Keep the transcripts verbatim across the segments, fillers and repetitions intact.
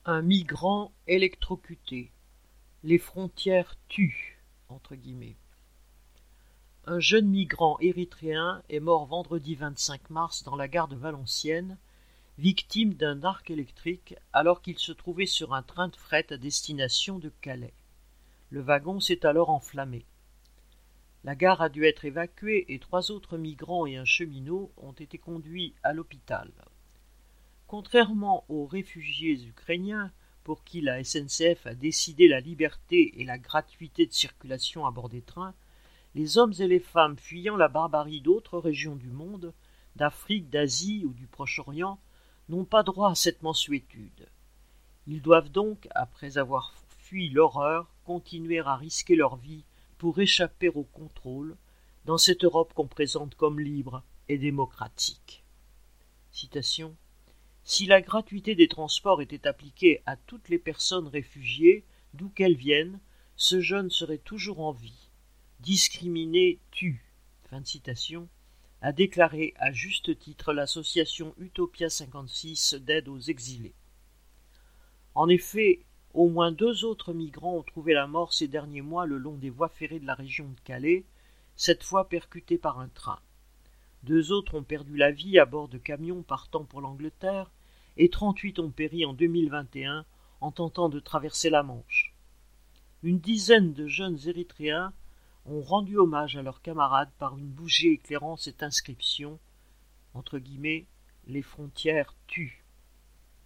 Un migrant électrocuté. Les frontières tuent, entre guillemets. Un jeune migrant érythréen est mort vendredi vingt-cinq mars dans la gare de Valenciennes, victime d'un arc électrique alors qu'il se trouvait sur un train de fret à destination de Calais. Le wagon s'est alors enflammé. La gare a dû être évacuée et trois autres migrants et un cheminot ont été conduits à l'hôpital. Contrairement aux réfugiés ukrainiens, pour qui la S N C F a décidé la liberté et la gratuité de circulation à bord des trains, les hommes et les femmes fuyant la barbarie d'autres régions du monde, d'Afrique, d'Asie ou du Proche-Orient, n'ont pas droit à cette mansuétude. Ils doivent donc, après avoir fui l'horreur, continuer à risquer leur vie pour échapper au contrôle dans cette Europe qu'on présente comme libre et démocratique. Citation. Si la gratuité des transports était appliquée à toutes les personnes réfugiées, d'où qu'elles viennent, ce jeune serait toujours en vie. Discriminer tue. Fin de citation, a déclaré à juste titre l'association Utopia cinquante-six d'aide aux exilés. En effet, au moins deux autres migrants ont trouvé la mort ces derniers mois le long des voies ferrées de la région de Calais, cette fois percutés par un train. Deux autres ont perdu la vie à bord de camions partant pour l'Angleterre et trente-huit ont péri en deux mille vingt et un en tentant de traverser la Manche. Une dizaine de jeunes Érythréens ont rendu hommage à leurs camarades par une bougie éclairant cette inscription, entre guillemets, « Les frontières tuent ».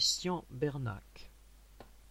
Christian Bernac.